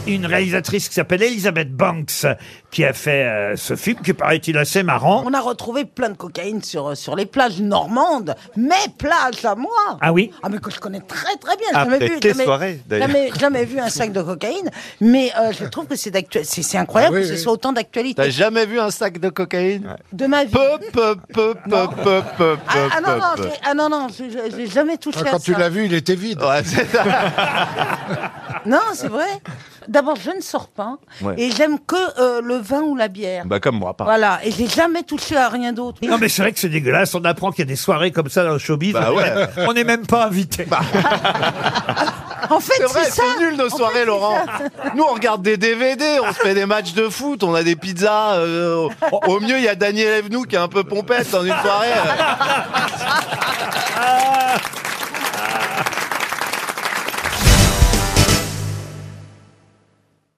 une réalisatrice qui s'appelle Elizabeth Banks qui a fait ce film qui paraît-il assez marrant. On a retrouvé plein de cocaïne sur les plages normandes, mes plages à moi. Ah oui? Ah mais que je connais très très bien. Ah, peut-être les soirées, d'ailleurs. Jamais vu un sac de cocaïne, mais je trouve que c'est incroyable que ce soit autant d'actualité. T'as jamais vu un sac de cocaïne? De ma vie. Non, j'ai jamais touché à ça. Quand tu l'as vu, il était vide. Ouais, c'est ça. Non, c'est vrai. D'abord, je ne sors pas et j'aime que le vin ou la bière. Bah comme moi, pas. Voilà, et j'ai jamais touché à rien d'autre. Non mais c'est vrai que c'est dégueulasse, on apprend qu'il y a des soirées comme ça dans le showbiz, Bah ouais. on n'est même pas invité. En fait, C'est vrai, c'est ça. c'est nul nos soirées, c'est Laurent. ça. Nous, on regarde des DVD, on se fait des matchs de foot, on a des pizzas. Au mieux, il y a Daniel Evenou qui est un peu pompette dans une soirée.